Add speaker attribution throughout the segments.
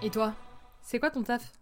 Speaker 1: Et toi, c'est quoi ton taf?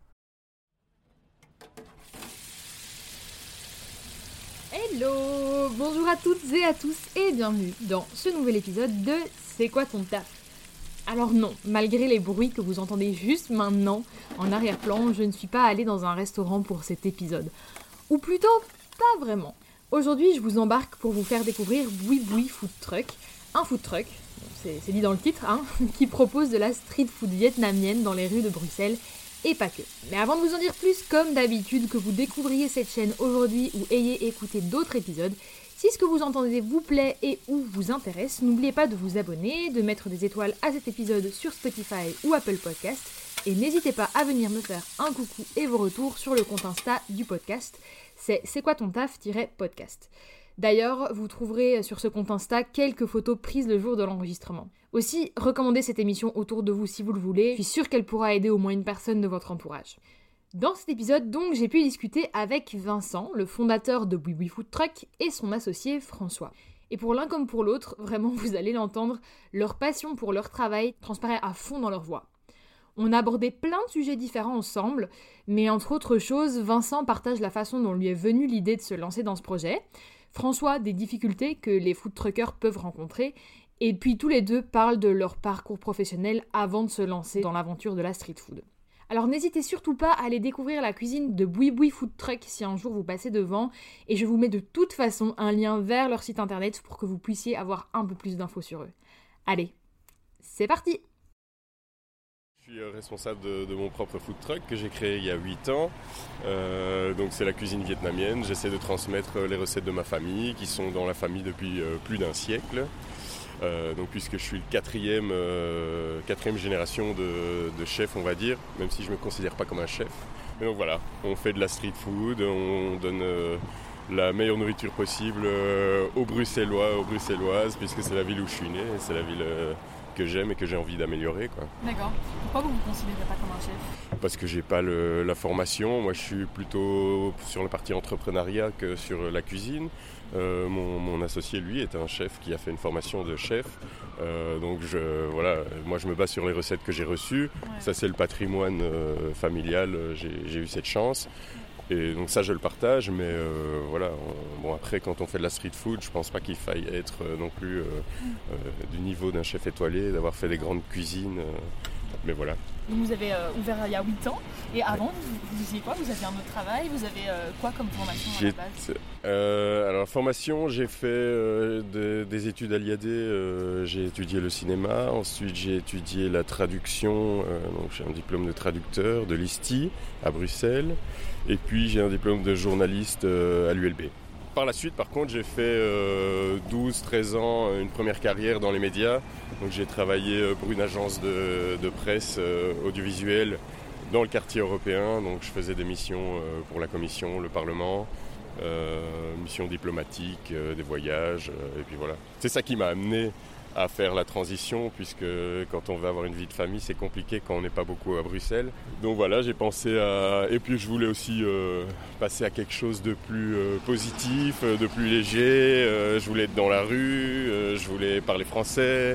Speaker 1: Hello! Bonjour à toutes et à tous et bienvenue dans ce nouvel épisode de C'est quoi ton taf? Alors non, malgré les bruits que vous entendez juste maintenant en arrière-plan, je ne suis pas allée dans un restaurant pour cet épisode. Ou plutôt, pas vraiment. Aujourd'hui, je vous embarque pour vous faire découvrir Boui Boui Food Truck, un food truck, c'est dit dans le titre, qui propose de la street food vietnamienne dans les rues de Bruxelles, et pas que. Mais avant de vous en dire plus, comme d'habitude, que vous découvriez cette chaîne aujourd'hui ou ayez écouté d'autres épisodes, si ce que vous entendez vous plaît et ou vous intéresse, n'oubliez pas de vous abonner, de mettre des étoiles à cet épisode sur Spotify ou Apple Podcast, et n'hésitez pas à venir me faire un coucou et vos retours sur le compte Insta du podcast, c'est quoi ton taf-podcast. D'ailleurs, vous trouverez sur ce compte Insta quelques photos prises le jour de l'enregistrement. Aussi, recommandez cette émission autour de vous si vous le voulez, je suis sûre qu'elle pourra aider au moins une personne de votre entourage. Dans cet épisode, donc, j'ai pu discuter avec Vincent, le fondateur de Boui Boui Food Truck, et son associé François. Et pour l'un comme pour l'autre, vraiment, vous allez l'entendre, leur passion pour leur travail transparaît à fond dans leur voix. On a abordé plein de sujets différents ensemble, mais entre autres choses, Vincent partage la façon dont lui est venue l'idée de se lancer dans ce projet, François des difficultés que les food truckers peuvent rencontrer, et puis tous les deux parlent de leur parcours professionnel avant de se lancer dans l'aventure de la street food. Alors n'hésitez surtout pas à aller découvrir la cuisine de Boui Boui Food Truck si un jour vous passez devant, et je vous mets de toute façon un lien vers leur site internet pour que vous puissiez avoir un peu plus d'infos sur eux. Allez, c'est parti!
Speaker 2: Je suis responsable de mon propre food truck que j'ai créé il y a 8 ans. Donc c'est la cuisine vietnamienne. J'essaie de transmettre les recettes de ma famille qui sont dans la famille depuis plus d'un siècle. Donc puisque je suis le quatrième génération de chef, on va dire, même si je ne me considère pas comme un chef. Mais donc voilà, on fait de la street food, on donne la meilleure nourriture possible aux Bruxellois, aux Bruxelloises, puisque c'est la ville où je suis né, c'est la ville que j'aime et que j'ai envie d'améliorer, quoi.
Speaker 1: D'accord. Pourquoi vous ne vous considérez pas comme un chef?
Speaker 2: Parce que j'ai pas la formation. Moi, je suis plutôt sur la partie entrepreneuriat que sur la cuisine. Mon associé, lui, est un chef qui a fait une formation de chef. Donc, moi, je me base sur les recettes que j'ai reçues. Ouais. Ça, c'est le patrimoine familial. J'ai eu cette chance. Et donc ça, je le partage, mais Bon, après, quand on fait de la street food, je pense pas qu'il faille être non plus du niveau d'un chef étoilé, d'avoir fait des grandes cuisines. Mais voilà.
Speaker 1: Vous avez ouvert il y a 8 ans, et avant, vous faisiez quoi? Vous aviez un autre travail? Vous avez quoi comme formation à la base?
Speaker 2: Alors, formation, j'ai fait des études à l'IAD. J'ai étudié le cinéma, ensuite j'ai étudié la traduction. Donc j'ai un diplôme de traducteur de l'ISTI à Bruxelles, et puis j'ai un diplôme de journaliste à l'ULB. Par la suite, par contre, j'ai fait 12-13 ans une première carrière dans les médias. Donc j'ai travaillé pour une agence de presse audiovisuelle dans le quartier européen. Donc je faisais des missions pour la Commission, le Parlement, missions diplomatiques, des voyages, et puis voilà. C'est ça qui m'a amené à faire la transition, puisque quand on veut avoir une vie de famille, c'est compliqué quand on n'est pas beaucoup à Bruxelles. Donc voilà, j'ai pensé à... Et puis je voulais aussi passer à quelque chose de plus positif, de plus léger. Je voulais être dans la rue, je voulais parler français.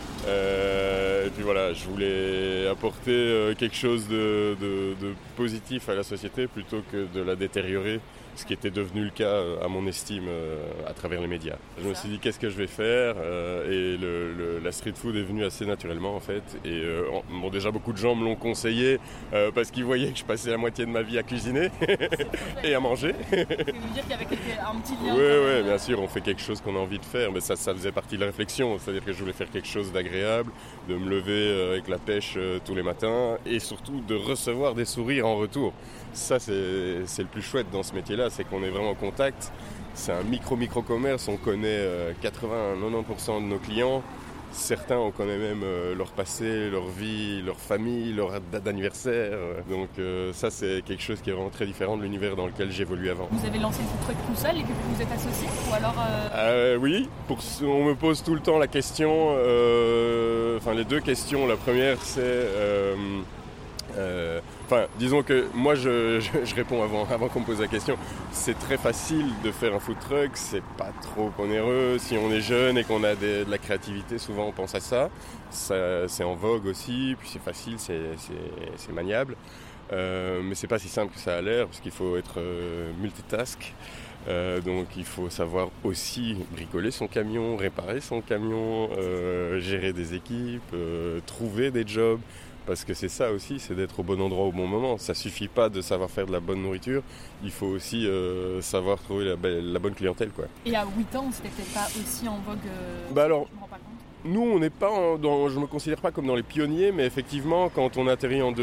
Speaker 2: Et puis voilà, je voulais apporter quelque chose de positif à la société plutôt que de la détériorer, ce qui était devenu le cas à mon estime à travers les médias. Je me suis dit qu'est-ce que je vais faire et la street food est venue assez naturellement en fait. Et déjà beaucoup de gens me l'ont conseillé parce qu'ils voyaient que je passais la moitié de ma vie à cuisiner et à manger.
Speaker 1: Ça veut dire qu'il y avait un petit lien.
Speaker 2: Oui, bien sûr, on fait quelque chose qu'on a envie de faire, mais ça faisait partie de la réflexion, c'est-à-dire que je voulais faire quelque chose d'agréable, de me lever avec la pêche tous les matins et surtout de recevoir des sourires en retour. Ça, c'est le plus chouette dans ce métier-là, c'est qu'on est vraiment en contact. C'est un micro-commerce, on connaît 80-90% de nos clients. Certains, on connaît même leur passé, leur vie, leur famille, leur date d'anniversaire. Donc ça, c'est quelque chose qui est vraiment très différent de l'univers dans lequel j'évoluais avant.
Speaker 1: Vous avez lancé le food truck tout seul et que vous êtes associé ou alors
Speaker 2: Oui, on me pose tout le temps la question, les deux questions. La première, c'est Enfin, disons que moi, je réponds avant qu'on me pose la question. C'est très facile de faire un food truck, c'est pas trop onéreux. Si on est jeune et qu'on a de la créativité, souvent on pense à ça. C'est en vogue aussi, puis c'est facile, c'est maniable. Mais c'est pas si simple que ça a l'air, parce qu'il faut être multitask. Donc il faut savoir aussi bricoler son camion, réparer son camion, gérer des équipes, trouver des jobs. Parce que c'est ça aussi, c'est d'être au bon endroit au bon moment. Ça suffit pas de savoir faire de la bonne nourriture, il faut aussi savoir trouver la bonne clientèle, quoi.
Speaker 1: Et à 8 ans, c'était peut-être pas aussi en vogue
Speaker 2: alors,
Speaker 1: je me rends pas compte.
Speaker 2: nous, on n'est pas je me considère pas comme dans les pionniers, mais effectivement, quand on atterrit en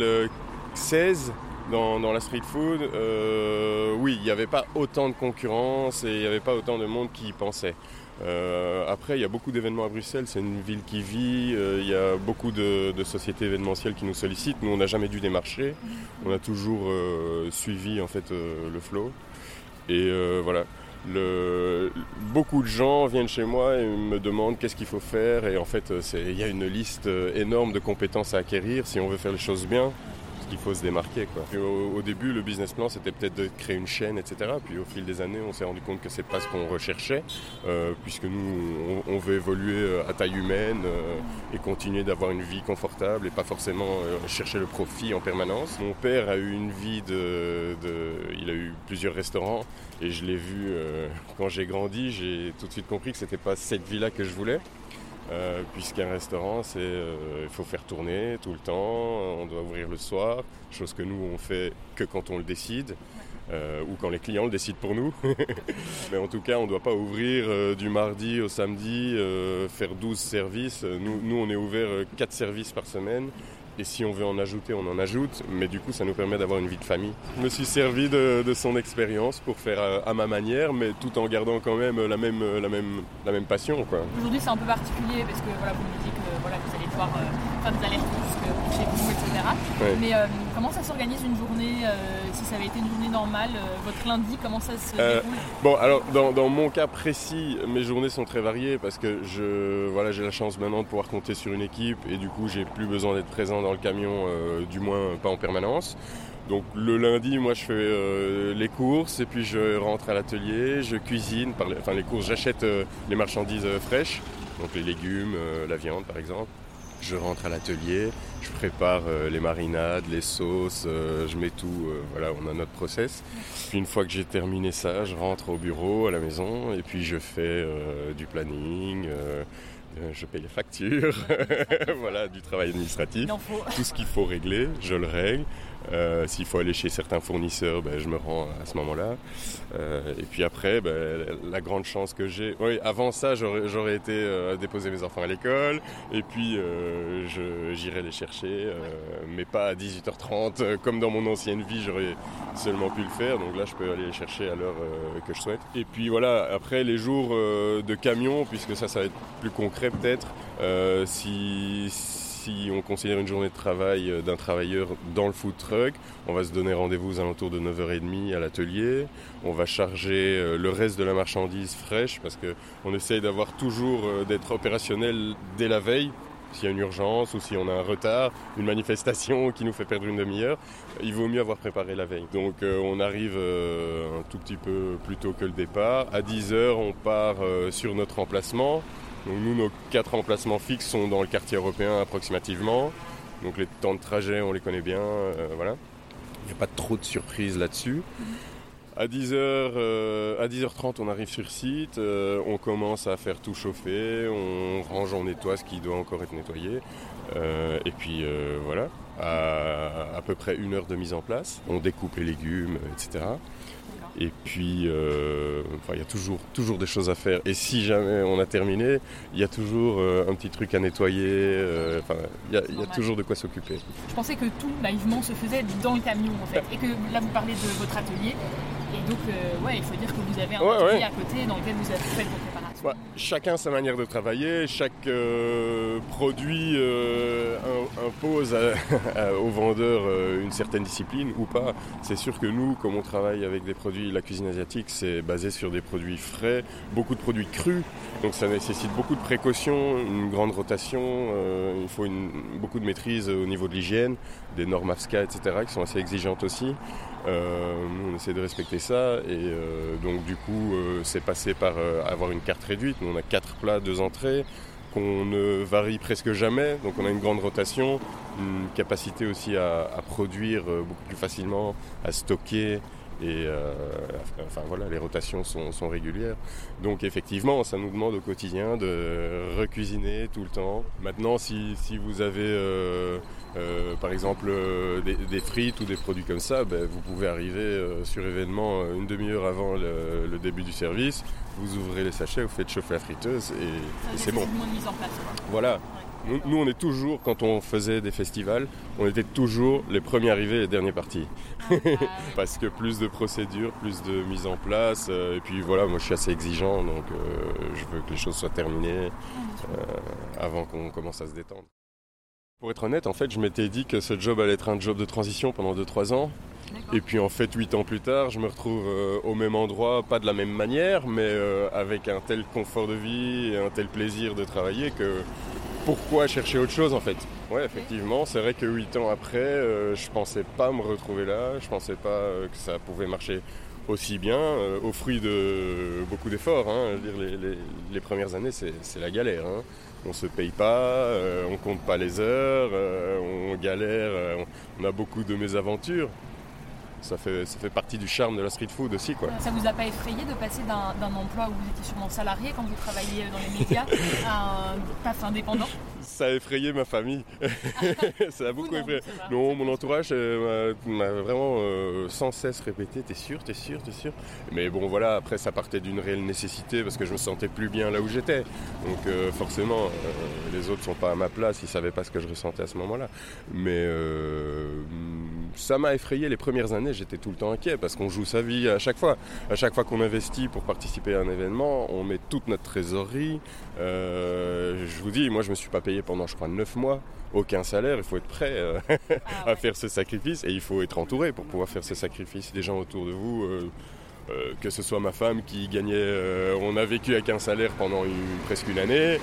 Speaker 2: 2016 dans la street food, oui, il n'y avait pas autant de concurrence et il n'y avait pas autant de monde qui y pensait. Après, il y a beaucoup d'événements à Bruxelles, c'est une ville qui vit, il y a beaucoup de sociétés événementielles qui nous sollicitent. Nous, on n'a jamais dû démarcher, on a toujours suivi en fait le flow. Et voilà, beaucoup de gens viennent chez moi et me demandent qu'est-ce qu'il faut faire. Et en fait, il y a une liste énorme de compétences à acquérir si on veut faire les choses bien. Il faut se démarquer, quoi. Au début, le business plan, c'était peut-être de créer une chaîne, etc. Puis au fil des années, on s'est rendu compte que c'est pas ce qu'on recherchait, puisque nous, on veut évoluer à taille humaine et continuer d'avoir une vie confortable et pas forcément chercher le profit en permanence. Mon père a eu une vie il a eu plusieurs restaurants et je l'ai vu quand j'ai grandi. J'ai tout de suite compris que c'était pas cette vie-là que je voulais. Puisqu'un restaurant, il faut faire tourner tout le temps, on doit ouvrir le soir, chose que nous on fait que quand on le décide, ou quand les clients le décident pour nous. Mais en tout cas, on ne doit pas ouvrir du mardi au samedi, faire 12 services. Nous on est ouvert 4 services par semaine. Et si on veut en ajouter, on en ajoute, mais du coup ça nous permet d'avoir une vie de famille. Je me suis servi de son expérience pour faire à ma manière, mais tout en gardant quand même la même passion, quoi.
Speaker 1: Aujourd'hui c'est un peu particulier parce que voilà, vous me dites que voilà, vous allez devoir faire des allers-retours chez vous, etc. Ouais. Mais comment ça s'organise une journée si ça avait été une journée normale, votre lundi, comment ça se déroule?
Speaker 2: Bon, alors dans mon cas précis, mes journées sont très variées parce que j'ai la chance maintenant de pouvoir compter sur une équipe et du coup j'ai plus besoin d'être présent dans le camion, du moins pas en permanence. Donc le lundi, moi je fais les courses et puis je rentre à l'atelier, je cuisine, les courses, j'achète les marchandises fraîches, donc les légumes, la viande par exemple. Je rentre à l'atelier, je prépare les marinades, les sauces, je mets tout, on a notre process. Puis une fois que j'ai terminé ça, je rentre au bureau, à la maison, et puis je fais du planning, je paye les factures, voilà, du travail administratif. Tout ce qu'il faut régler, je le règle. S'il faut aller chez certains fournisseurs, je me rends à ce moment-là. Et puis après, la grande chance que j'ai... Oui, avant ça, j'aurais été déposer mes enfants à l'école. Et puis, j'irai les chercher, mais pas à 18h30. Comme dans mon ancienne vie, j'aurais seulement pu le faire. Donc là, je peux aller les chercher à l'heure que je souhaite. Et puis voilà, après, les jours de camion, puisque ça va être plus concret peut-être, si on considère une journée de travail d'un travailleur dans le food truck, on va se donner rendez-vous aux alentours de 9h30 à l'atelier. On va charger le reste de la marchandise fraîche parce qu'on essaye d'avoir toujours d'être opérationnel dès la veille. S'il y a une urgence ou si on a un retard, une manifestation qui nous fait perdre une demi-heure, il vaut mieux avoir préparé la veille. Donc on arrive un tout petit peu plus tôt que le départ. À 10h, on part sur notre emplacement. Donc nous, nos 4 emplacements fixes sont dans le quartier européen approximativement. Donc les temps de trajet, on les connaît bien, voilà. Il n'y a pas trop de surprises là-dessus. À 10h30, on arrive sur site, on commence à faire tout chauffer, on range, on nettoie ce qui doit encore être nettoyé. Et puis voilà, à peu près 1 heure de mise en place, on découpe les légumes, etc. Et puis, il y a toujours des choses à faire. Et si jamais on a terminé, il y a toujours un petit truc à nettoyer. Il y a toujours de quoi s'occuper.
Speaker 1: Je pensais que tout, naïvement, se faisait dans le camion, en fait. Et que là, vous parlez de votre atelier. Et donc, il faut dire que vous avez un atelier à côté dans lequel vous avez fait vos préparations.
Speaker 2: Chacun sa manière de travailler, chaque produit impose aux vendeurs une certaine discipline ou pas. C'est sûr que nous, comme on travaille avec des produits, la cuisine asiatique, c'est basé sur des produits frais, beaucoup de produits crus, donc ça nécessite beaucoup de précautions, une grande rotation, il faut beaucoup de maîtrise au niveau de l'hygiène, des normes AFSCA, etc., qui sont assez exigeantes aussi. On essaie de respecter ça et donc du coup c'est passé par avoir une carte réduite. Nous, on a 4 plats, 2 entrées qu'on ne varie presque jamais, donc on a une grande rotation, une capacité aussi à produire beaucoup plus facilement, à stocker. Et les rotations sont régulières. Donc effectivement, ça nous demande au quotidien de recuisiner tout le temps. Maintenant, si vous avez par exemple des frites ou des produits comme ça, vous pouvez arriver sur événement une demi-heure avant le début du service, vous ouvrez les sachets, vous faites chauffer la friteuse et c'est bon.
Speaker 3: Moins de mise en place, quoi.
Speaker 2: Voilà. Nous, on est toujours, quand on faisait des festivals, on était toujours les premiers arrivés et les derniers partis. Parce que plus de procédures, plus de mise en place. Et puis voilà, moi je suis assez exigeant, donc je veux que les choses soient terminées avant qu'on commence à se détendre. Pour être honnête, en fait, je m'étais dit que ce job allait être un job de transition pendant 2-3 ans. D'accord. Et puis en fait, 8 ans plus tard, je me retrouve au même endroit, pas de la même manière, mais avec un tel confort de vie et un tel plaisir de travailler que... Pourquoi chercher autre chose en fait ? Ouais, effectivement, c'est vrai que 8 ans après, je pensais pas me retrouver là, je pensais pas que ça pouvait marcher aussi bien, au fruit de beaucoup d'efforts. Hein. Je veux dire, les premières années, c'est la galère. Hein. On se paye pas, on compte pas les heures, on galère, on a beaucoup de mésaventures. Ça fait partie du charme de la street food aussi, quoi.
Speaker 3: Ça vous a pas effrayé de passer d'un emploi où vous étiez sûrement salarié quand vous travailliez dans les médias à un taf indépendant ?
Speaker 2: Ça a effrayé ma famille. Ça a beaucoup effrayé. Non, mon entourage m'a vraiment sans cesse répété « T'es sûr ? Mais bon, voilà, après ça partait d'une réelle nécessité parce que je me sentais plus bien là où j'étais. Donc forcément, les autres sont pas à ma place, ils savaient pas ce que je ressentais à ce moment-là. Mais ça m'a effrayé les premières années, j'étais tout le temps inquiet parce qu'on joue sa vie à chaque fois. À chaque fois qu'on investit pour participer à un événement, on met toute notre trésorerie. Je vous dis, moi je me suis pas payé pendant je crois 9 mois, aucun salaire, il faut être prêt à faire ce sacrifice et il faut être entouré pour pouvoir faire ce sacrifice. Des gens autour de vous, que ce soit ma femme qui gagnait, on a vécu avec un salaire pendant presque une année,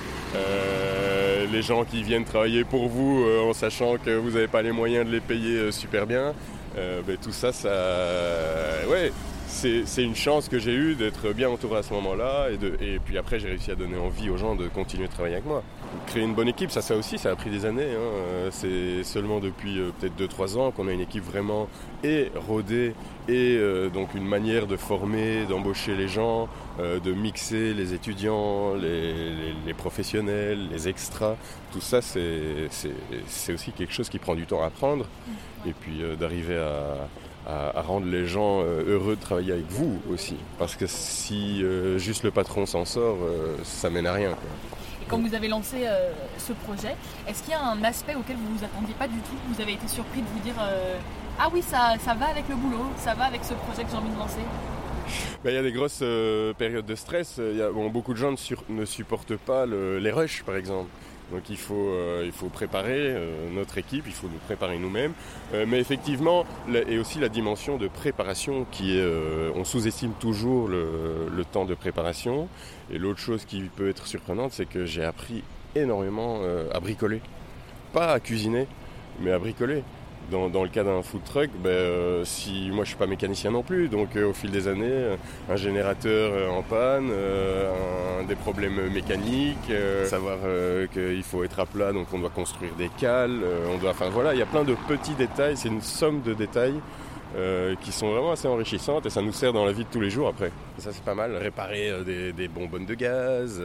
Speaker 2: les gens qui viennent travailler pour vous en sachant que vous n'avez pas les moyens de les payer super bien, tout ça, ouais. C'est une chance que j'ai eue d'être bien entouré à ce moment-là et puis après j'ai réussi à donner envie aux gens de continuer de travailler avec moi. Créer une bonne équipe, ça aussi, ça a pris des années. Hein. C'est seulement depuis peut-être 2-3 ans qu'on a une équipe vraiment rodée et donc une manière de former, d'embaucher les gens, de mixer les étudiants, les professionnels, les extras. Tout ça, c'est aussi quelque chose qui prend du temps à apprendre et puis d'arriver à rendre les gens heureux de travailler avec vous aussi. Parce que si juste le patron s'en sort, ça mène à rien, quoi.
Speaker 3: Et quand vous avez lancé ce projet, est-ce qu'il y a un aspect auquel vous ne vous attendiez pas du tout ? Vous avez été surpris de vous dire ah oui, ça va avec le boulot, ça va avec ce projet que j'ai envie de lancer ?
Speaker 2: Il y a des grosses périodes de stress. Beaucoup de gens ne supportent pas les rushs, par exemple. Donc il faut préparer notre équipe, il faut nous préparer nous-mêmes. Mais effectivement, et aussi la dimension de préparation qui est... on sous-estime toujours le temps de préparation. Et l'autre chose qui peut être surprenante, c'est que j'ai appris énormément à bricoler. Pas à cuisiner, mais à bricoler. Dans le cas d'un food truck, si moi je suis pas mécanicien non plus, donc au fil des années, un générateur en panne, des problèmes mécaniques, savoir qu'il faut être à plat, donc on doit construire des cales, il y a plein de petits détails, c'est une somme de détails qui sont vraiment assez enrichissantes et ça nous sert dans la vie de tous les jours après. Et ça c'est pas mal, réparer des bonbonnes de gaz,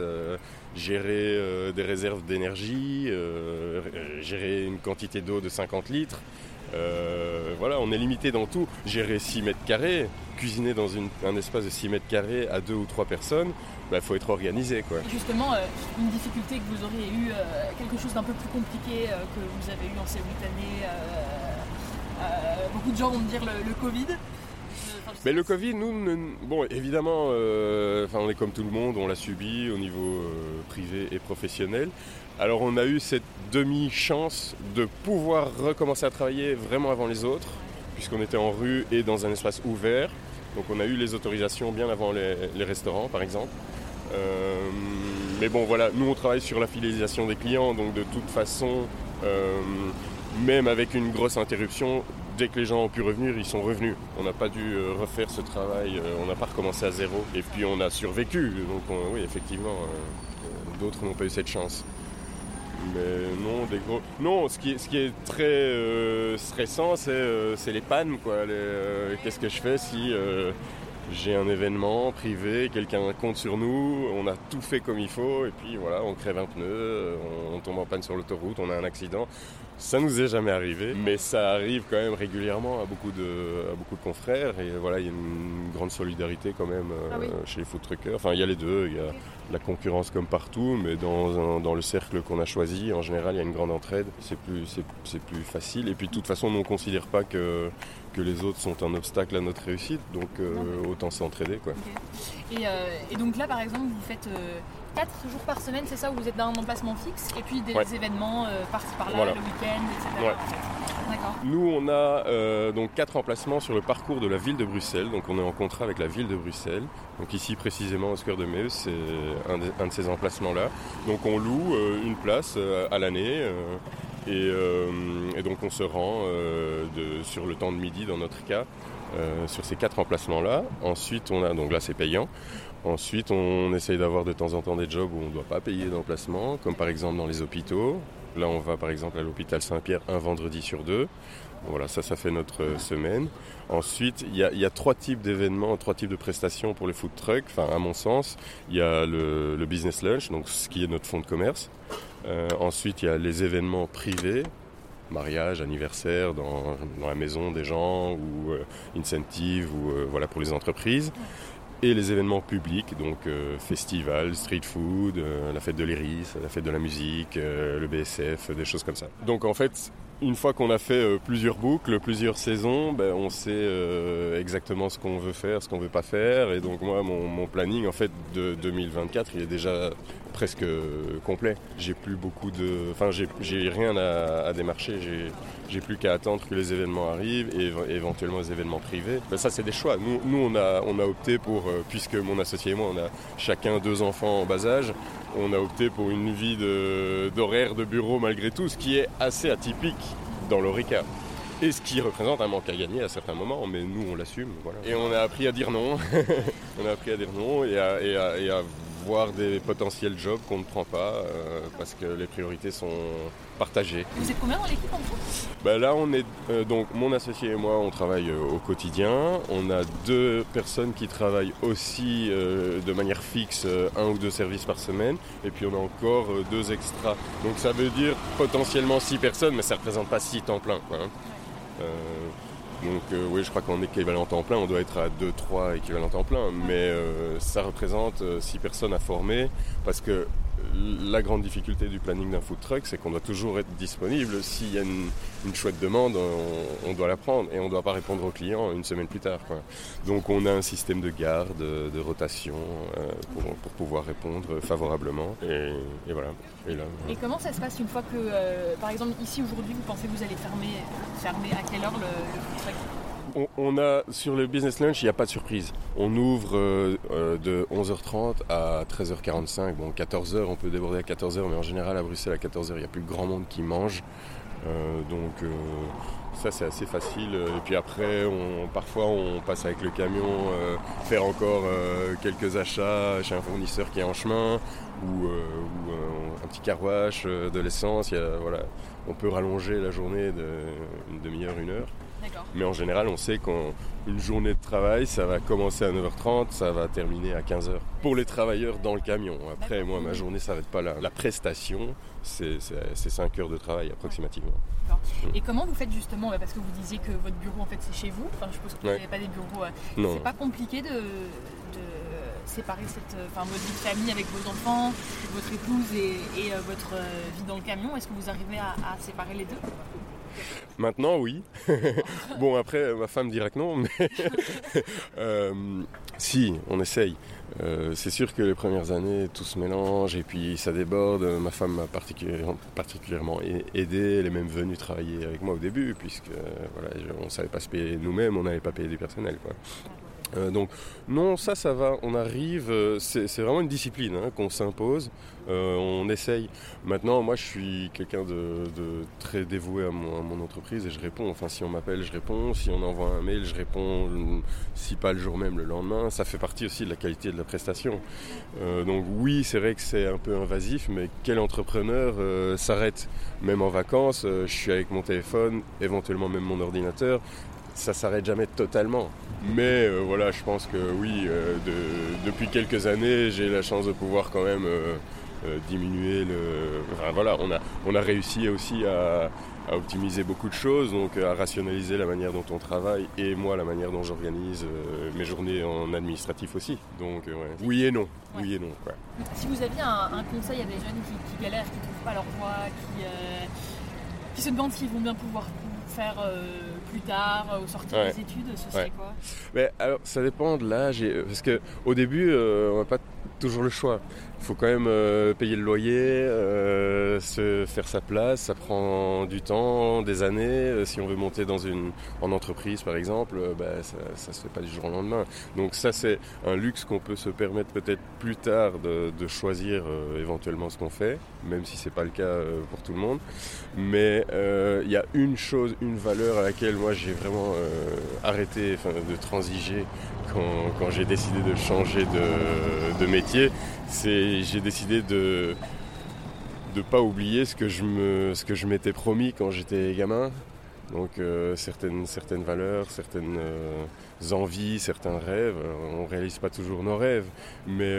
Speaker 2: gérer des réserves d'énergie, gérer une quantité d'eau de 50 litres. On est limité dans tout. Gérer 6 mètres carrés, cuisiner dans un espace de 6 mètres carrés à 2 ou 3 personnes, faut être organisé, quoi.
Speaker 3: Et justement, une difficulté que vous auriez eu, quelque chose d'un peu plus compliqué que vous avez eu en ces 8 années, beaucoup de gens vont me dire le Covid. Je
Speaker 2: Mais le Covid, bon, évidemment, on est comme tout le monde, on l'a subi au niveau privé et professionnel. Alors on a eu cette demi-chance de pouvoir recommencer à travailler vraiment avant les autres, puisqu'on était en rue et dans un espace ouvert. Donc on a eu les autorisations bien avant les restaurants, par exemple. Mais bon, voilà, nous on travaille sur la fidélisation des clients, donc de toute façon, même avec une grosse interruption, dès que les gens ont pu revenir, ils sont revenus. On n'a pas dû refaire ce travail, on n'a pas recommencé à zéro. Et puis on a survécu, donc oui, effectivement, d'autres n'ont pas eu cette chance. Mais non, ce qui est très stressant, c'est les pannes, quoi. Qu'est-ce que je fais si j'ai un événement privé, quelqu'un compte sur nous, on a tout fait comme il faut, et puis voilà, on crève un pneu, on tombe en panne sur l'autoroute, on a un accident. Ça nous est jamais arrivé, mais ça arrive quand même régulièrement à beaucoup de confrères, et voilà, il y a une grande solidarité quand même chez les food truckers. Enfin, il y a les deux, il y a la concurrence comme partout, mais dans le cercle qu'on a choisi, en général, il y a une grande entraide, c'est plus facile, et puis de toute façon, nous, on ne considère pas que les autres sont un obstacle à notre réussite, donc autant s'entraider, quoi.
Speaker 3: Okay. Et donc là, par exemple, vous faites 4 jours par semaine, c'est ça, où vous êtes dans un emplacement fixe, et puis des événements par-ci par-là, voilà. Le week-end, etc.
Speaker 2: Ouais. D'accord. Nous, on a donc 4 emplacements sur le parcours de la ville de Bruxelles, donc on est en contrat avec la ville de Bruxelles. Donc ici, précisément, au Square de Meuse, c'est un de ces emplacements-là. Donc on loue une place à l'année. Et donc on se rend sur le temps de midi dans notre cas sur ces 4 emplacements-là. Ensuite donc là c'est payant. Ensuite on essaye d'avoir de temps en temps des jobs où on ne doit pas payer d'emplacement, comme par exemple dans les hôpitaux. Là on va par exemple à l'hôpital Saint-Pierre un vendredi sur 2. Voilà, ça fait notre semaine. Ensuite, il y a 3 types d'événements, 3 types de prestations pour les food trucks. Enfin, à mon sens, il y a le business lunch, donc ce qui est notre fonds de commerce. Ensuite, il y a les événements privés, mariage, anniversaire dans la maison des gens, ou incentive, ou voilà, pour les entreprises. Et les événements publics, donc festival, street food, la fête de l'Iris, la fête de la musique, le BSF, des choses comme ça. Donc en fait, une fois qu'on a fait plusieurs boucles, plusieurs saisons, on sait exactement ce qu'on veut faire, ce qu'on veut pas faire. Et donc moi, mon planning en fait de 2024, il est déjà presque complet. J'ai plus beaucoup j'ai rien à démarcher. J'ai plus qu'à attendre que les événements arrivent et éventuellement les événements privés. Ça, c'est des choix. Nous on a opté pour, puisque mon associé et moi, on a chacun 2 enfants en bas âge, on a opté pour une vie d'horaire de bureau malgré tout, ce qui est assez atypique dans l'Horeca. Et ce qui représente un manque à gagner à certains moments, mais nous on l'assume. Voilà. Et on a appris à dire non. On a appris à dire non et à voir des potentiels jobs qu'on ne prend pas parce que les priorités sont partagées.
Speaker 3: Vous êtes combien dans l'équipe en tout ?
Speaker 2: Là on est donc mon associé et moi on travaille au quotidien. On a 2 personnes qui travaillent aussi de manière fixe 1 ou 2 services par semaine et puis on a encore 2 extras. Donc ça veut dire potentiellement 6 personnes mais ça ne représente pas 6 temps plein, quoi, hein. Donc oui, je crois qu'en équivalent temps plein, on doit être à 2-3 équivalents temps plein, mais ça représente 6 personnes à former, parce que la grande difficulté du planning d'un food truck, c'est qu'on doit toujours être disponible. S'il y a une chouette demande, on doit la prendre, et on ne doit pas répondre aux clients une semaine plus tard, quoi. Donc on a un système de garde, de rotation, pour pouvoir répondre favorablement, et voilà.
Speaker 3: Et comment ça se passe une fois que, par exemple, ici aujourd'hui, vous pensez que vous allez fermer à quelle heure le food truck ?
Speaker 2: On a, sur le business lunch, il n'y a pas de surprise. On ouvre de 11h30 à 13h45. Bon, 14h, on peut déborder à 14h, mais en général, à Bruxelles, à 14h, il n'y a plus grand monde qui mange. Donc, ça, c'est assez facile. Et puis après, parfois, on passe avec le camion faire encore quelques achats chez un fournisseur qui est en chemin, ou un petit car wash, de l'essence. Voilà, on peut rallonger la journée d'une demi-heure, 1 heure.
Speaker 3: D'accord.
Speaker 2: Mais en général, on sait qu'une journée de travail, ça va commencer à 9h30, ça va terminer à 15h. Pour les travailleurs dans le camion. Après, moi, ma journée ne s'arrête pas là. La prestation, c'est 5 heures de travail approximativement.
Speaker 3: D'accord. Et comment vous faites justement, parce que vous disiez que votre bureau, en fait, c'est chez vous. Enfin, je suppose que vous n'avez pas des bureaux.
Speaker 2: Non.
Speaker 3: C'est pas compliqué de séparer votre vie de famille avec vos enfants, votre épouse et votre vie dans le camion. Est-ce que vous arrivez à séparer les deux ?
Speaker 2: Maintenant, oui. Bon, après, ma femme dira que non, mais si, on essaye. C'est sûr que les premières années, tout se mélange et puis ça déborde. Ma femme m'a particulièrement aidé. Elle est même venue travailler avec moi au début, puisque on ne savait pas se payer nous-mêmes, on n'avait pas payé du personnel, quoi. Donc non, ça va, on arrive, c'est vraiment une discipline qu'on s'impose, on essaye. Maintenant, moi je suis quelqu'un de très dévoué à mon entreprise et je réponds. Enfin, si on m'appelle, je réponds, si on envoie un mail, je réponds, si pas le jour même, le lendemain. Ça fait partie aussi de la qualité de la prestation. Donc oui, c'est vrai que c'est un peu invasif, mais quel entrepreneur s'arrête? Même en vacances, je suis avec mon téléphone, éventuellement même mon ordinateur. Ça s'arrête jamais totalement. Mais voilà, je pense que oui, depuis quelques années, j'ai la chance de pouvoir quand même diminuer Enfin voilà, on a réussi aussi à optimiser beaucoup de choses, donc à rationaliser la manière dont on travaille et moi la manière dont j'organise mes journées en administratif aussi. Donc oui et non,
Speaker 3: Ouais.
Speaker 2: oui et non. Ouais.
Speaker 3: Si vous aviez un conseil à des jeunes qui galèrent, qui ne trouvent pas leur voie, qui se demandent s'ils vont bien pouvoir faire plus tard, au sortir des études, ce serait quoi?
Speaker 2: Mais alors, ça dépend de l'âge, parce qu'au début, on n'a pas toujours le choix. Il faut quand même payer le loyer, se faire sa place, ça prend du temps, des années. Si on veut monter en entreprise par exemple, ça se fait pas du jour au lendemain. Donc ça c'est un luxe qu'on peut se permettre peut-être plus tard de choisir éventuellement ce qu'on fait, même si c'est pas le cas pour tout le monde. Mais il y a une valeur à laquelle moi j'ai vraiment arrêté de transiger quand j'ai décidé de changer de métier. J'ai décidé de pas oublier ce que je m'étais promis quand j'étais gamin. Donc certaines valeurs, certaines envies, certains rêves. On réalise pas toujours nos rêves, mais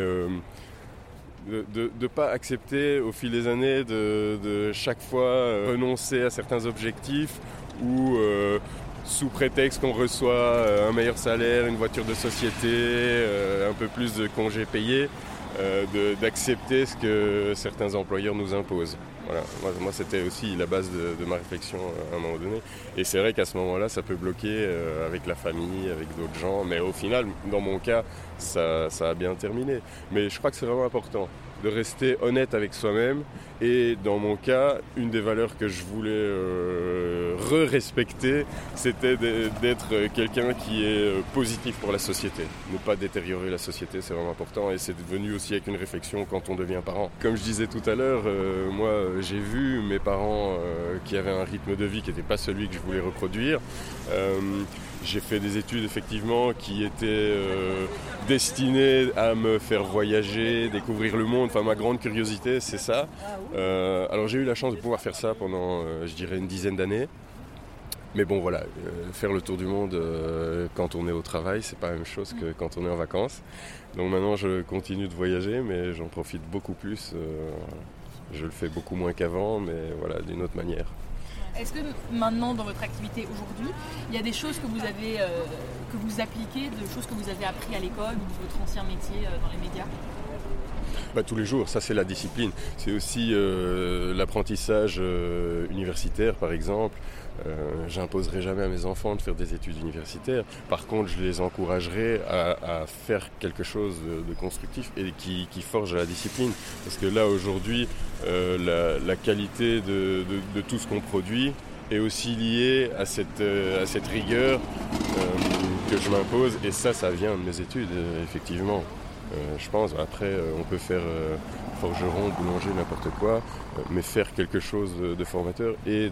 Speaker 2: de pas accepter au fil des années de chaque fois renoncer à certains objectifs ou sous prétexte qu'on reçoit un meilleur salaire, une voiture de société, un peu plus de congés payés, d'accepter ce que certains employeurs nous imposent. Voilà. Moi, c'était aussi la base de ma réflexion à un moment donné. Et c'est vrai qu'à ce moment-là, ça peut bloquer avec la famille, avec d'autres gens. Mais au final, dans mon cas, ça a bien terminé. Mais je crois que c'est vraiment important de rester honnête avec soi-même. Et dans mon cas, une des valeurs que je voulais respecter, c'était d'être quelqu'un qui est positif pour la société. Ne pas détériorer la société, c'est vraiment important. Et c'est devenu aussi avec une réflexion quand on devient parent. Comme je disais tout à l'heure, moi j'ai vu mes parents qui avaient un rythme de vie qui n'était pas celui que je voulais reproduire. J'ai fait des études effectivement qui étaient destinées à me faire voyager, découvrir le monde. Enfin, ma grande curiosité, c'est ça. Alors j'ai eu la chance de pouvoir faire ça pendant, je dirais, une dizaine d'années. Mais bon, voilà, faire le tour du monde quand on est au travail, c'est pas la même chose que quand on est en vacances. Donc maintenant, je continue de voyager, mais j'en profite beaucoup plus. Je le fais beaucoup moins qu'avant, mais voilà, d'une autre manière.
Speaker 3: Est-ce que maintenant, dans votre activité aujourd'hui, il y a des choses que vous avez, que vous appliquez, des choses que vous avez appris à l'école ou de votre ancien métier dans les médias?
Speaker 2: Tous les jours, ça c'est la discipline. C'est aussi l'apprentissage universitaire par exemple. J'imposerai jamais à mes enfants de faire des études universitaires. Par contre, je les encouragerai à faire quelque chose de constructif et qui forge la discipline. Parce que là aujourd'hui, la qualité de tout ce qu'on produit est aussi liée à cette rigueur que je m'impose. Et ça vient de mes études, effectivement. Je pense, après on peut faire forgeron, boulanger, n'importe quoi, mais faire quelque chose de formateur et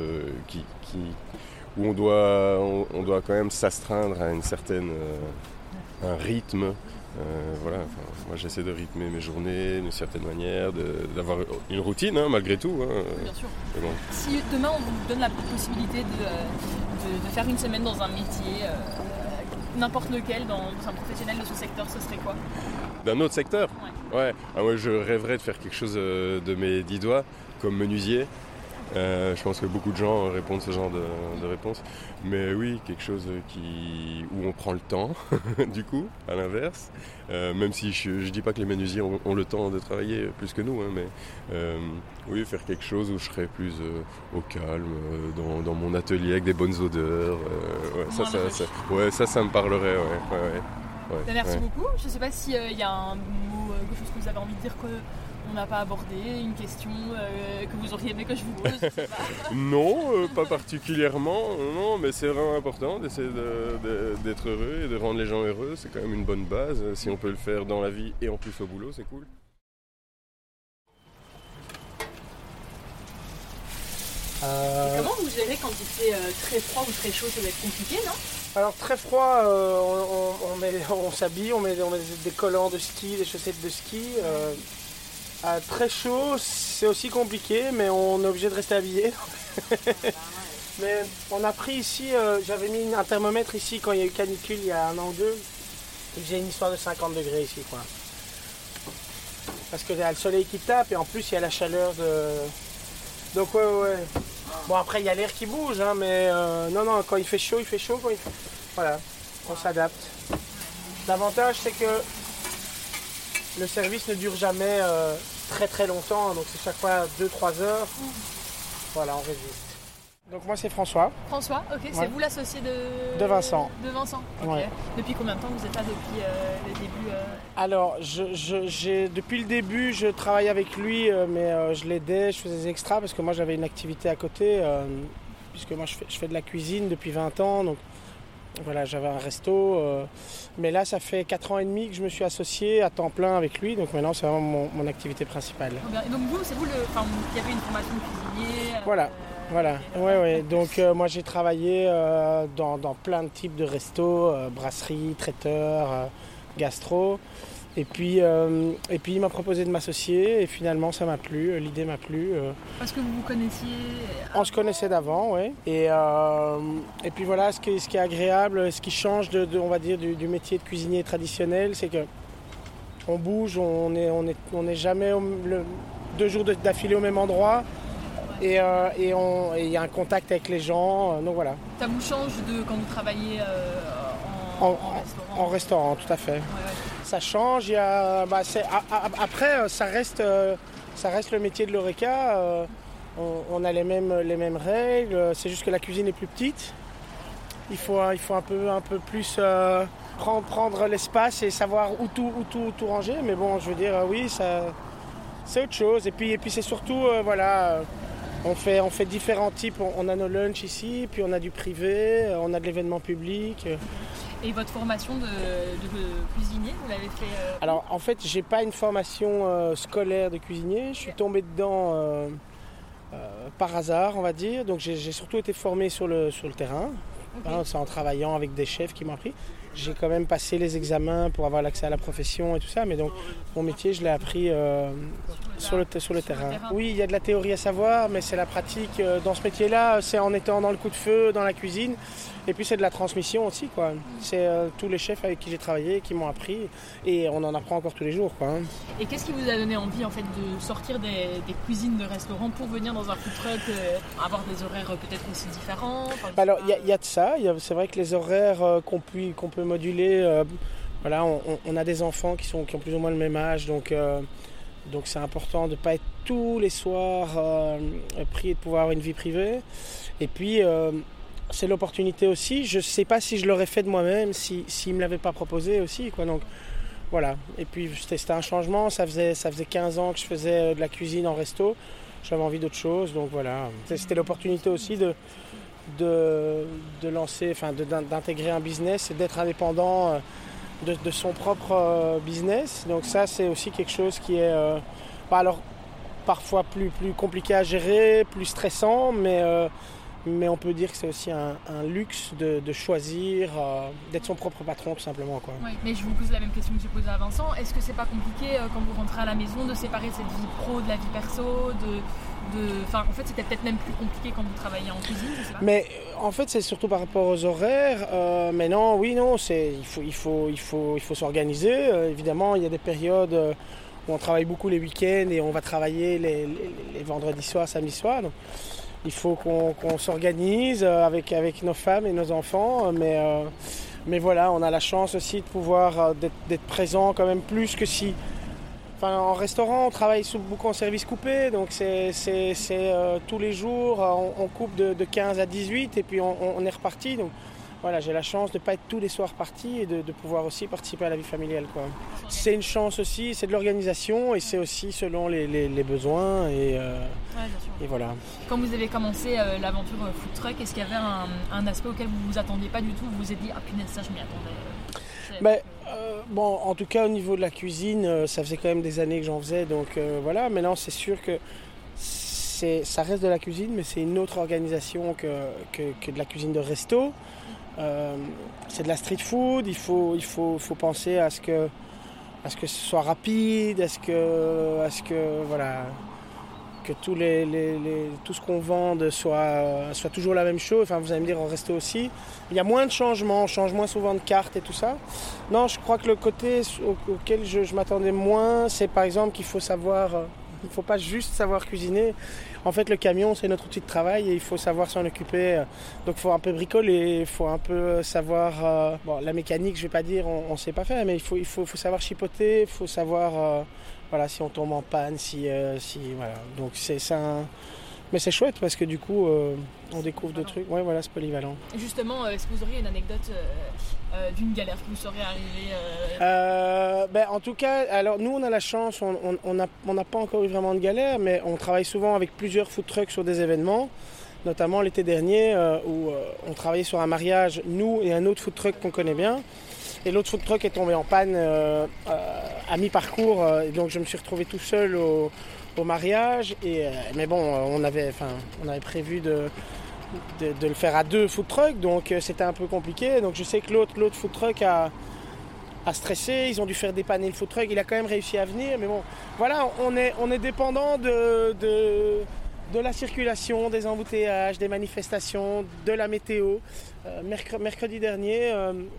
Speaker 2: où on doit quand même s'astreindre à un rythme. Voilà, moi j'essaie de rythmer mes journées d'une certaine manière, d'avoir une routine malgré tout.
Speaker 3: Bien sûr.
Speaker 2: Bon.
Speaker 3: Si demain on vous donne la possibilité de faire une semaine dans un métier, n'importe lequel, dans un professionnel de ce secteur, ce serait quoi?
Speaker 2: D'un autre secteur?
Speaker 3: Ouais.
Speaker 2: Moi je rêverais de faire quelque chose de mes 10 doigts, comme menuisier. Je pense que beaucoup de gens répondent ce genre de réponse. Mais oui, quelque chose où on prend le temps, du coup, à l'inverse. Même si je dis pas que les menuisiers ont le temps de travailler plus que nous, hein, mais oui, faire quelque chose où je serais plus au calme, dans mon atelier avec des bonnes odeurs. Ça me parlerait. Ouais,
Speaker 3: merci beaucoup. Je ne sais pas s'il y a un mot, quelque chose que vous avez envie de dire qu'on n'a pas abordé, une question que vous auriez aimé que je vous pose, je sais pas.
Speaker 2: Non, pas particulièrement. Non, mais c'est vraiment important d'essayer d'être heureux et de rendre les gens heureux. C'est quand même une bonne base. Si on peut le faire dans la vie et en plus au boulot, c'est cool.
Speaker 3: Et comment vous gérez quand il fait très froid ou très chaud? Ça doit être compliqué, non?
Speaker 4: Alors très froid, on s'habille, on met des collants de ski, des chaussettes de ski. Très chaud, c'est aussi compliqué, mais on est obligé de rester habillé. Mais on a pris ici, j'avais mis un thermomètre ici quand il y a eu canicule il y a 1 an ou 2. J'ai une histoire de 50 degrés ici, quoi. Parce qu'il y a le soleil qui tape et en plus il y a la chaleur de... Donc ouais. Bon après il y a l'air qui bouge, hein, mais non, quand il fait chaud, il fait chaud. Voilà, on s'adapte. L'avantage c'est que le service ne dure jamais très très longtemps, donc c'est chaque fois 2-3 heures. Voilà, on résiste. Donc moi c'est François.
Speaker 3: François, ok, c'est vous l'associé
Speaker 4: de Vincent.
Speaker 3: De Vincent, ok. Ouais. Depuis combien de temps vous êtes là depuis le début
Speaker 4: Alors, depuis le début, je travaillais avec lui, mais je l'aidais, je faisais des extras parce que moi j'avais une activité à côté, puisque moi je fais de la cuisine depuis 20 ans, donc voilà, j'avais un resto. Mais là, ça fait 4 ans et demi que je me suis associé à temps plein avec lui, donc maintenant c'est vraiment mon activité principale.
Speaker 3: Et donc vous, c'est vous il y avait une formation de cuisinier
Speaker 4: Voilà. Ouais. Donc moi j'ai travaillé dans plein de types de restos, brasserie, traiteur, gastro. Et puis il m'a proposé de m'associer et finalement ça m'a plu, l'idée m'a plu.
Speaker 3: Parce que vous vous connaissiez
Speaker 4: On se connaissait d'avant, oui. Et puis voilà, ce qui est agréable, ce qui change on va dire, du métier de cuisinier traditionnel, c'est que on bouge, on n'est jamais 2 jours d'affilée au même endroit. Et il y a un contact avec les gens, donc voilà.
Speaker 3: Ça vous change de quand vous travaillez en restaurant?
Speaker 4: En restaurant, tout à fait. Ouais. Ça change, après ça reste le métier de l'Horeca, on a les mêmes règles, c'est juste que la cuisine est plus petite. Il faut un peu plus prendre l'espace et savoir où tout ranger, mais bon, je veux dire, oui, c'est autre chose. Et puis c'est surtout, on fait différents types. On a nos lunchs ici, puis on a du privé, on a de l'événement public.
Speaker 3: Et votre formation de cuisinier, vous l'avez fait
Speaker 4: Alors en fait, j'ai pas une formation scolaire de cuisinier. Je suis tombé dedans par hasard, on va dire. Donc j'ai surtout été formé sur le terrain. Okay. C'est en travaillant avec des chefs qui m'ont appris. J'ai quand même passé les examens pour avoir l'accès à la profession et tout ça, mais donc mon métier, je l'ai appris sur le terrain. Oui, il y a de la théorie à savoir, mais c'est la pratique. Dans ce métier-là, c'est en étant dans le coup de feu, dans la cuisine, et puis c'est de la transmission aussi, quoi. C'est tous les chefs avec qui j'ai travaillé, qui m'ont appris, et on en apprend encore tous les jours, quoi.
Speaker 3: Et qu'est-ce qui vous a donné envie, en fait, de sortir des cuisines de restaurants pour venir dans un food truck, avoir des horaires peut-être aussi différents?
Speaker 4: Alors, il y a de ça. C'est vrai que les horaires qu'on peut moduler, on a des enfants qui ont plus ou moins le même âge, donc c'est important de ne pas être tous les soirs pris et de pouvoir avoir une vie privée. Et puis, c'est l'opportunité aussi. Je ne sais pas si je l'aurais fait de moi-même, s'il ne me l'avait pas proposé aussi, quoi. Donc, voilà. Et puis, c'était un changement. Ça faisait 15 ans que je faisais de la cuisine en resto. J'avais envie d'autre chose, donc voilà. C'était l'opportunité aussi de lancer, d'intégrer un business et d'être indépendant de son propre business. Donc ça, c'est aussi quelque chose qui est alors parfois plus compliqué à gérer, plus stressant, mais on peut dire que c'est aussi un luxe de choisir, d'être son propre patron tout simplement, quoi.
Speaker 3: Oui, mais je vous pose la même question que j'ai posée à Vincent. Est-ce que c'est pas compliqué quand vous rentrez à la maison de séparer cette vie pro de la vie perso, en fait, c'était peut-être même plus compliqué quand vous travailliez en cuisine, je sais pas.
Speaker 4: Mais en fait, c'est surtout par rapport aux horaires. Mais non, il faut s'organiser. Évidemment, il y a des périodes où on travaille beaucoup les week-ends et on va travailler les vendredis soirs, samedis soirs. Donc, il faut qu'on s'organise avec nos femmes et nos enfants, mais voilà, on a la chance aussi de pouvoir d'être présent quand même plus que si... Enfin, en restaurant, on travaille beaucoup en service coupé, donc c'est tous les jours, on coupe de 15 à 18 et puis on est reparti. Donc voilà, j'ai la chance de ne pas être tous les soirs parti et de pouvoir aussi participer à la vie familiale, quoi. C'est une chance aussi, c'est de l'organisation et c'est aussi selon les besoins et voilà.
Speaker 3: Quand vous avez commencé l'aventure food truck, est-ce qu'il y avait un aspect auquel vous ne vous attendiez pas du tout? Vous vous êtes dit, ah punaise, ça je m'y attendais.
Speaker 4: Bon, en tout cas au niveau de la cuisine, ça faisait quand même des années que j'en faisais, donc voilà. Maintenant c'est sûr que ça reste de la cuisine, mais c'est une autre organisation que de la cuisine de resto. C'est de la street food, il faut penser à ce que ce soit rapide, à ce que voilà, que tout ce qu'on vende soit toujours la même chose. Enfin, vous allez me dire en resto aussi. Il y a moins de changements, on change moins souvent de cartes et tout ça. Non, je crois que le côté auquel je m'attendais moins, c'est par exemple qu'il faut savoir, il ne faut pas juste savoir cuisiner. En fait, le camion, c'est notre outil de travail et il faut savoir s'en occuper. Donc, il faut un peu bricoler, il faut un peu savoir... la mécanique, je ne vais pas dire, on ne sait pas faire, mais il faut savoir chipoter, il faut savoir voilà, si on tombe en panne, voilà. Donc, c'est ça. Mais c'est chouette parce que du coup, on découvre de trucs. Ouais, voilà, c'est polyvalent.
Speaker 3: Justement, est-ce que vous auriez une anecdote d'une galère qui vous serait arrivée
Speaker 4: En tout cas, alors nous, on a la chance, on n'a pas encore eu vraiment de galère, mais on travaille souvent avec plusieurs food trucks sur des événements. Notamment l'été dernier, où on travaillait sur un mariage, nous et un autre food truck qu'on connaît bien. Et l'autre food truck est tombé en panne à mi-parcours, donc je me suis retrouvé tout seul au mariage. Mais bon, on avait prévu de le faire à 2 food trucks, donc c'était un peu compliqué. Donc je sais que l'autre food truck a stressé, ils ont dû faire dépanner le food truck, il a quand même réussi à venir. Mais bon, voilà, on est dépendant de la circulation, des embouteillages, des manifestations, de la météo. Mercredi dernier,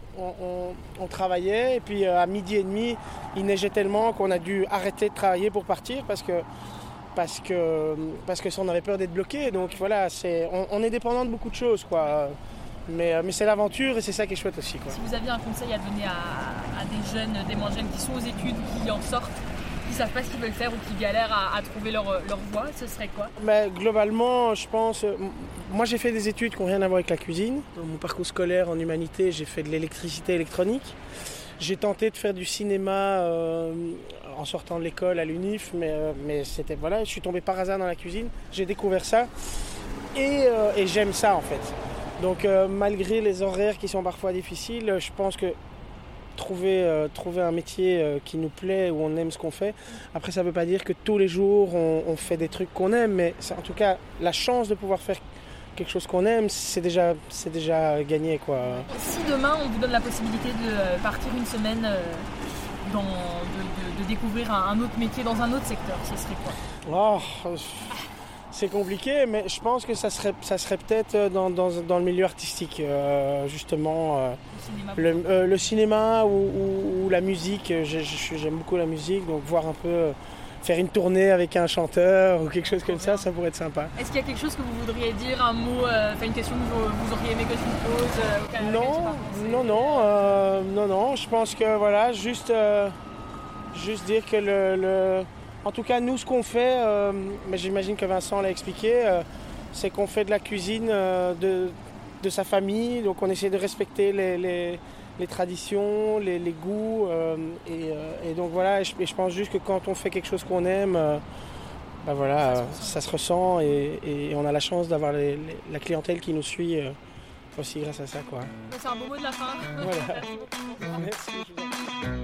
Speaker 4: on travaillait et puis à 12h30, il neigeait tellement qu'on a dû arrêter de travailler pour partir parce que ça, on avait peur d'être bloqué. Donc voilà, on est dépendant de beaucoup de choses, quoi. Mais c'est l'aventure et c'est ça qui est chouette aussi, quoi.
Speaker 3: Si vous aviez un conseil à donner à des jeunes, des moins jeunes qui sont aux études, qui en sortent, qui ne savent pas ce qu'ils veulent faire ou qui galèrent à trouver leur voie, ce serait quoi?
Speaker 4: Globalement, je pense... Moi, j'ai fait des études qui n'ont rien à voir avec la cuisine. Dans mon parcours scolaire en humanité, j'ai fait de l'électricité électronique. J'ai tenté de faire du cinéma en sortant de l'école à l'UNIF, mais c'était... Voilà, je suis tombé par hasard dans la cuisine. J'ai découvert ça et j'aime ça, en fait. Donc, malgré les horaires qui sont parfois difficiles, je pense que trouver un métier qui nous plaît, où on aime ce qu'on fait. Après, ça ne veut pas dire que tous les jours, on fait des trucs qu'on aime, mais en tout cas, la chance de pouvoir faire quelque chose qu'on aime, c'est déjà gagné, quoi.
Speaker 3: Si demain, on vous donne la possibilité de partir une semaine, de découvrir un autre métier dans un autre secteur, ce serait quoi?
Speaker 4: C'est compliqué, mais je pense que ça serait peut-être dans le milieu artistique, justement. Le cinéma ou la musique. J'aime beaucoup la musique, donc voir un peu, faire une tournée avec un chanteur ou quelque chose comme ça pourrait être sympa.
Speaker 3: Est-ce qu'il y a quelque chose que vous voudriez dire, un mot, une question que vous auriez aimé que je vous pose
Speaker 4: Non, je pense que voilà, juste dire que en tout cas, nous, ce qu'on fait, mais j'imagine que Vincent l'a expliqué, c'est qu'on fait de la cuisine de sa famille. Donc, on essaie de respecter les traditions, les goûts. Et donc, voilà, et je pense juste que quand on fait quelque chose qu'on aime, ça se ressent. Et on a la chance d'avoir la clientèle qui nous suit aussi grâce à ça, quoi.
Speaker 3: C'est un beau mot de la fin.
Speaker 4: Voilà. Merci.